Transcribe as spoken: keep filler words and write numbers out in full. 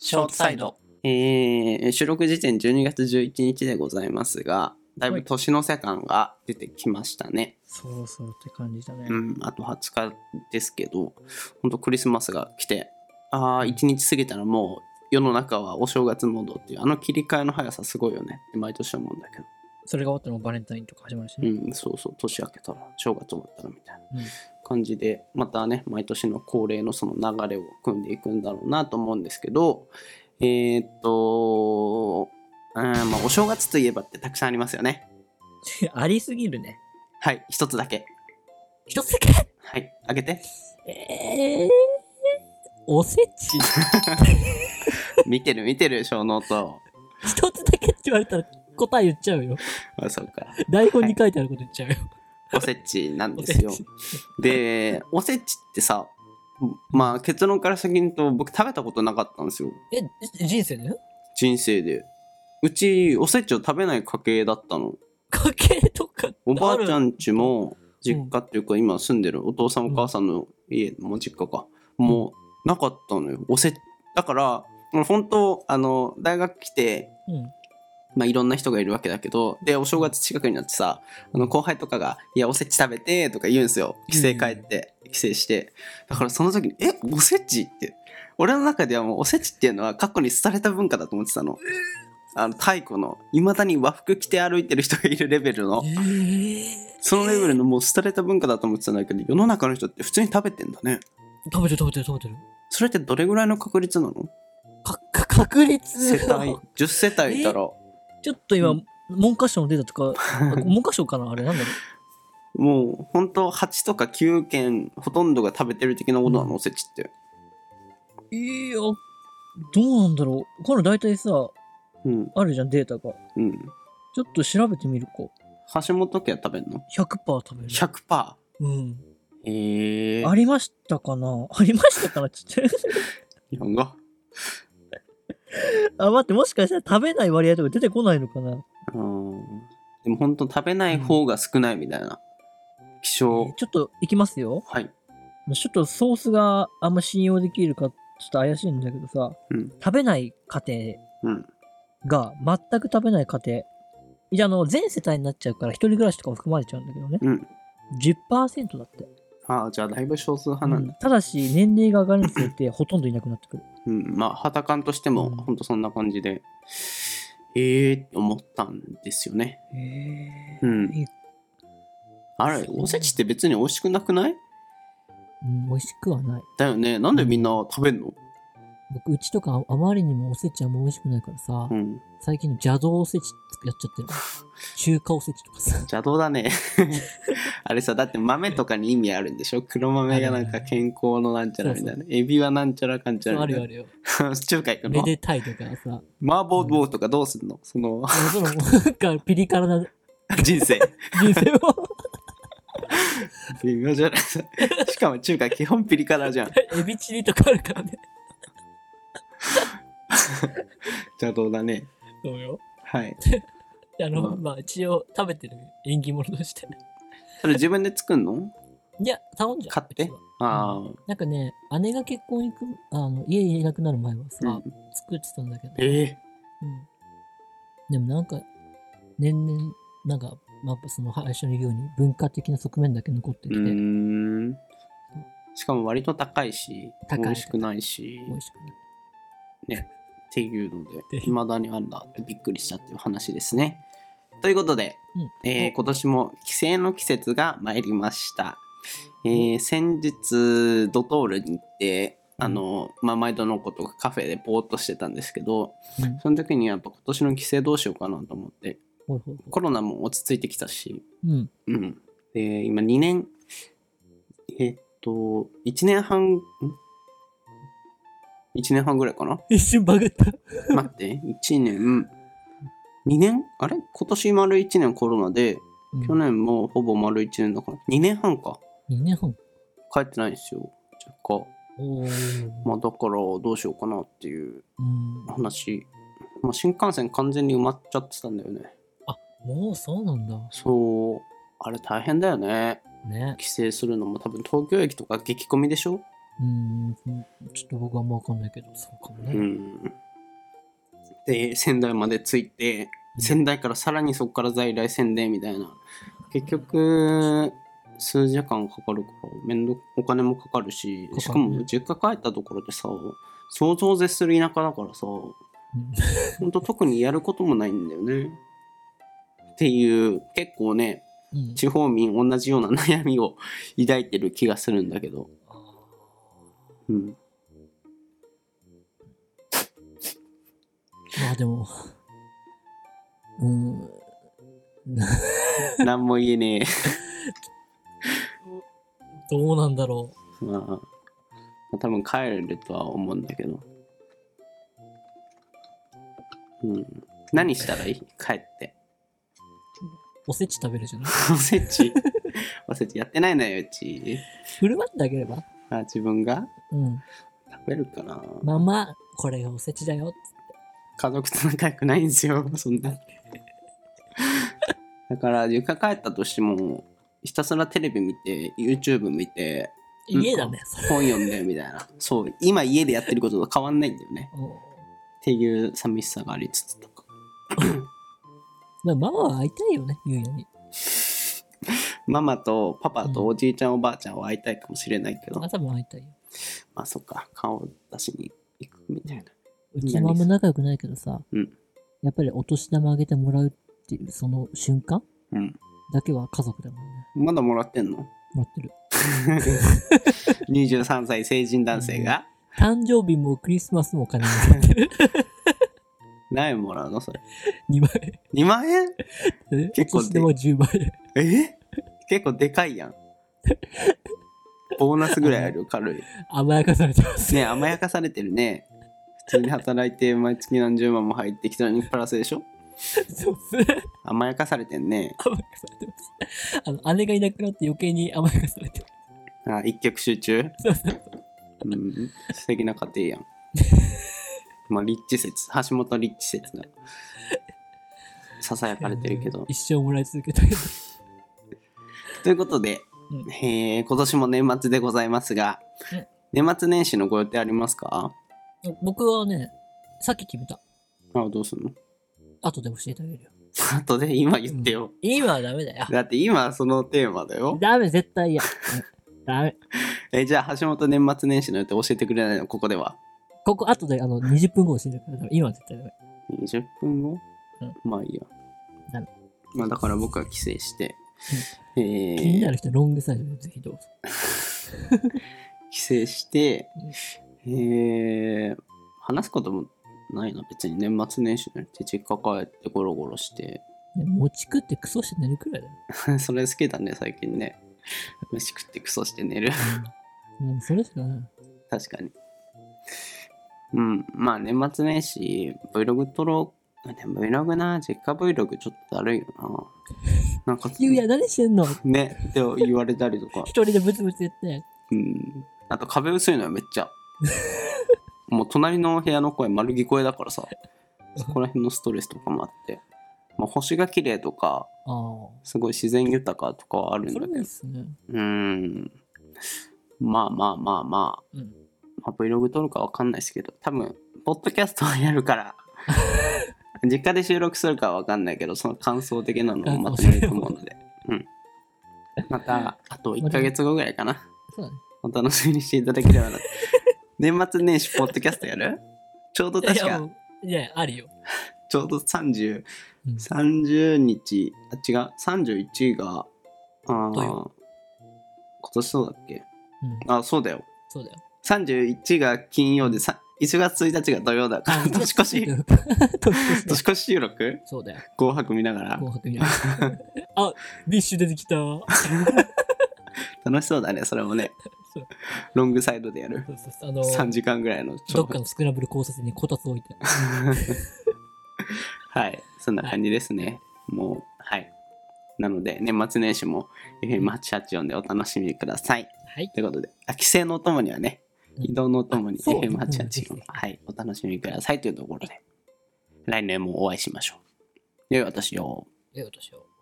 ショートサイド。 えー、収録時点じゅうにがつじゅういちにちでございますが、だいぶ年の瀬感が出てきましたね。 そろそろって感じだね。 うん、あとはつかですけど、ほんとクリスマスが来て、あー、いちにち過ぎたらもう世の中はお正月モードっていう、あの切り替えの速さすごいよねって毎年思うんだけど。 それが終わったらもうバレンタインとか始まるしね。 うん、そうそう、年明けたら、正月終わったらみたいなうん感じで、またね、毎年の恒例のその流れを組んでいくんだろうなと思うんですけど、えー、っと、うん、まあ、お正月といえばってたくさんありますよね。 ありすぎるね。 はい、一つだけ。 一つだけはい、あげて。 えー、おせち見てる見てる、小ノート。 一つだけって言われたら答え言っちゃうよ。 あ、そうか。 台本に書いてあること言っちゃうよ。 おせちなんですよおせち。 で、おせちってさ、まあ結論から先に言うと僕食べたことなかったんですよ。 え、人生で人生で。うちおせちを食べない家系だったの。 家計とかおばあちゃんん家も実家っていうか今住んでるお父さんお母さんの家も実家か、もうなかったのよ。おせだから本当あの大学来て、 うんまあいろんな人がいるわけだけど、でお正月近くになってさ、あの後輩とかがいやおせち食べてとか言うんですよ。帰省帰って帰省して、だからその時にえおせちって俺の中ではもうおせちっていうのは過去に廃れた文化だと思ってたの。あの太古のいまだに和服着て歩いてる人がいるレベルの、 えー、 そのレベルのもう廃れた文化だと思ってたんだけど、世の中の人って普通に食べてんだね。 食べてる食べてる食べてる。 それってどれぐらいの確率なの？ かか確率世帯じゅっせたいいたらちょっと今、 うん文科省のデータとか、文科省かなあれなんだろう。 もうほんとはちとかきゅうけんほとんどが食べてる的なことなの、 うんおせちって。 いや、どうなんだろう。これ大体さ、 うんあるじゃん、データが。 うん。 ちょっと調べてみるか。 橋本家は食べんの？ ひゃくパーセント 食べる。 ひゃくパーセント。 うん。 ええー。 ありましたかなありましたかなちょっと。 日本語。 あ、待って、もしかしたら食べない割合とか出てこないのかな。 うんでもほんと食べない方が少ないみたいな。希少。 ちょっといきますよ。 はい。 ちょっとソースがあんま信用できるか、ちょっと怪しいんだけどさ、 うん食べない家うん。 庭が全く食べない家庭。じゃあ、あの、全世帯になっちゃうから、一人暮らしとかも含まれちゃうんだけどね。 うん。 じゅっパーセント だって。 ああ、じゃあだいぶ少数派なんだ。 うんただし、年齢が上がるにつれて、ほとんどいなくなってくる。 うん。まあ、肌感としてもうんほんとそんな感じで、ええーって思ったんですよね。 へうんいいあれ、おせちって別に美味しくなくない？ うん、美味しくはない。 だよね。なんでみんな食べんの？ 僕、うちとかあまりにもおせちあんま美味しくないからさ、 うん。 最近邪道おせちやっちゃってる。中華おせちとかさ。 邪道だね。あれさ、だって豆とかに意味あるんでしょ？黒豆がなんか健康のなんちゃらみたいな。 そうそエビはなんちゃらかんちゃそうらみたいな。 あるよあるよ。 中華行くめの？ でたいとかさ。 麻婆豆腐とかどうすんの？そのその、なんかピリ辛な人生。 人生を。 微妙じゃない。しかも中華基本ピリ辛じゃん。 エビチリとかあるからね。 邪道だね。 そうよ。 はい。 あの、 うんまあ一応食べてる縁起物として。 それ自分で作んの？ いや、頼んじゃう。 買ってうちはああ。 なんかね、姉が結婚行く、あの、家にいなくなる前はさ、 うん作ってたんだけど。 ええうん。でもなんか、年々、なんか、まあ、その最初に言うように文化的な側面だけ残ってきて、 うーん。しかも割と高いし、 高い美味しくないし、 美味しくない。 ね、っていうので、 で未だにあんだってびっくりしたっていう話ですね。ということで、 うんえー今年も帰省の季節が参りました。えー先日、ドトールに行って、あの、まあ、毎度のことがカフェでぼーっとしてたんですけど、 うん。 その時にやっぱ今年の帰省どうしようかなと思って、 ほいほいほい。 コロナも落ち着いてきたし、 うん。 うん。で、今にねん、えっと、いちねんはん、ん ?いち 年半ぐらいかな一瞬バグった。 待って、いちねん、にねんあれ今年丸いちねんコロナで、 うん去年もほぼ丸いちねんだから、にねんはんか。 にねんはん。 帰ってないんですよ。若干。 おー。 まあだからどうしようかなっていううん。 話。まあ新幹線完全に埋まっちゃってたんだよね。 あ、もうそうなんだ。 そう。あれ大変だよね。 ね。 帰省するのも多分東京駅とか激混みでしょ？ うーん、ちょっと僕はあんまわかんないけど、そうかもね。 うん。で、仙台まで着いて、仙台からさらにそこから在来線でみたいな。結局、数時間かかるから面倒、お金もかかるし、 かかるねしかも実家帰ったところでさ、想像を絶する田舎だからさ、 うんほんと特にやることもないんだよね。っていう、結構ね、 うん地方民同じような悩みを抱いてる気がするんだけど。 あうん。 ーまあでも、うーん、 なんも言えねどうなんだろえ。まあ、まあ多分帰れるとは思うんだけど。うん。何したらいい？帰って。 う。おせち食べるじゃない？ おせちおせちやってないのよ、うち。 振る舞ってあげれば？ あ、自分がうん。 食べるかな。 ママ、これがおせちだよ。 家族と仲良くないんですよ、そんな。だから、実家帰ったとしても、ひたすらテレビ見て、YouTube 見て、 家だね、それ。 本読んでみたいな。そう、今家でやってることと変わんないんだよね。 おっていう寂しさがありつつとか。 まあママは会いたいよね、ゆうやに。 ママとパパとおじいちゃんおばあちゃんは会いたいかもしれないけど、 あ、多分会いたいよ。 まあそっか、顔出しに行くみたいな。 うちもあんま仲良くないけどさ、 うんやっぱりお年玉あげてもらうっていうその瞬間うん。 だけは家族だもんね。 まだもらってんの？ もらってる。 にじゅうさんさい成人男性が誕生日もクリスマスもお金もらってる。 何円もらうのそれ？ にまん円。 にまん円？ で結構お年玉じゅうまん円。 え？結構でかいやん。ボーナスぐらいあるよ、軽い。 甘やかされてます。 ね、甘やかされてるね。普通に働いて毎月何十万も入ってきたのにプラスでしょ？ そうっすね。 甘やかされてんね。 甘やかされてます。あの、姉がいなくなって余計に甘やかされてる。 あ、一極集中。 そうそううん、素敵な家庭やん。まあ、リッチ説、橋本リッチ説が囁かれてるけど。 一生もらい続けたけど。 ということで、 うんえー今年も年末でございますが、 うん年末年始のご予定ありますか？ 僕はね、さっき決めた。 あ、どうすんの？ 後で教えてあげるよ。 後で今言ってよ。 今はダメだよ。 だって今そのテーマだよ。 ダメ、絶対嫌。うんダメ。 えじゃあ橋本年末年始の予定教えてくれないの？ここでは。 ここ、後であのにじゅっぷんご教えてくれる。今は絶対ダメ。 にじゅっぷんご、 うんまあいいや。 ダメ。 まあだから僕は帰省して、え気になー、 る人、ロングサイドでぜひどうぞ。 帰省して、えー、話すこともないな、別に年末年始のって実家帰ってゴロゴロして。 ね、餅食ってクソして寝るくらいだよ。 それ好きだね、最近ね。飯食ってクソして寝る。 うん、うんそれしかない。 確かに。うん、まあ年末年始、Vlog 撮ろう。でも Vlog な、実家 Vlog ちょっとだるいよな。なんか、 ゆうや、何してんの？ ね、って言われたりとか。 一人でブツブツ言って。 うん。あと壁薄いのよ、めっちゃ。もう隣の部屋の声丸聞こえだからさ、そこら辺のストレスとかもあって。まあ、星が綺麗とか、 あすごい自然豊かとかはあるあ。それんだけど。 もいいっすね。 うーん。まあまあまあまあ。 うん。 まあ、Vlog 撮るかわかんないですけど、多分、ポッドキャストはやるから、実家で収録するかはわかんないけど、その感想的なのをまとめると思うので、うん。また、あといっかげつごぐらいかな。 そうだね。 お楽しみにしていただければな。年末年始ポッドキャストやる？ちょうど確か、 いやもういや、あるよ。 ちょうどさんじゅう、 うんさんじゅうにち、あ、違う、さんじゅういちが、あー土曜今年そうだっけ？ うん。 あ、そうだよ。 そうだよ。 さんじゅういちが金曜で、さいちがつついたちが土曜だから、年越し年越し年越し収録そうだよ。 紅白見ながら。 紅白見ながらあ、ビッシュ出てきた。 楽しそうだね、それもね。 そうロングサイドでやる。 そうそうそうあのさんじかんぐらいのどっかのスクランブル交差点にこたつ置いて。 はい、そんな感じですね。もう、はい。なので、年末年始も エフエムはちはちよん でお楽しみください。 はい。 ということで、あ帰省のお供にはね、 うん移動のお供に エそうフエムはちはちよん、 うんはい、お楽しみくださいというところで、来年もお会いしましょう。良いお年を。 え、私は。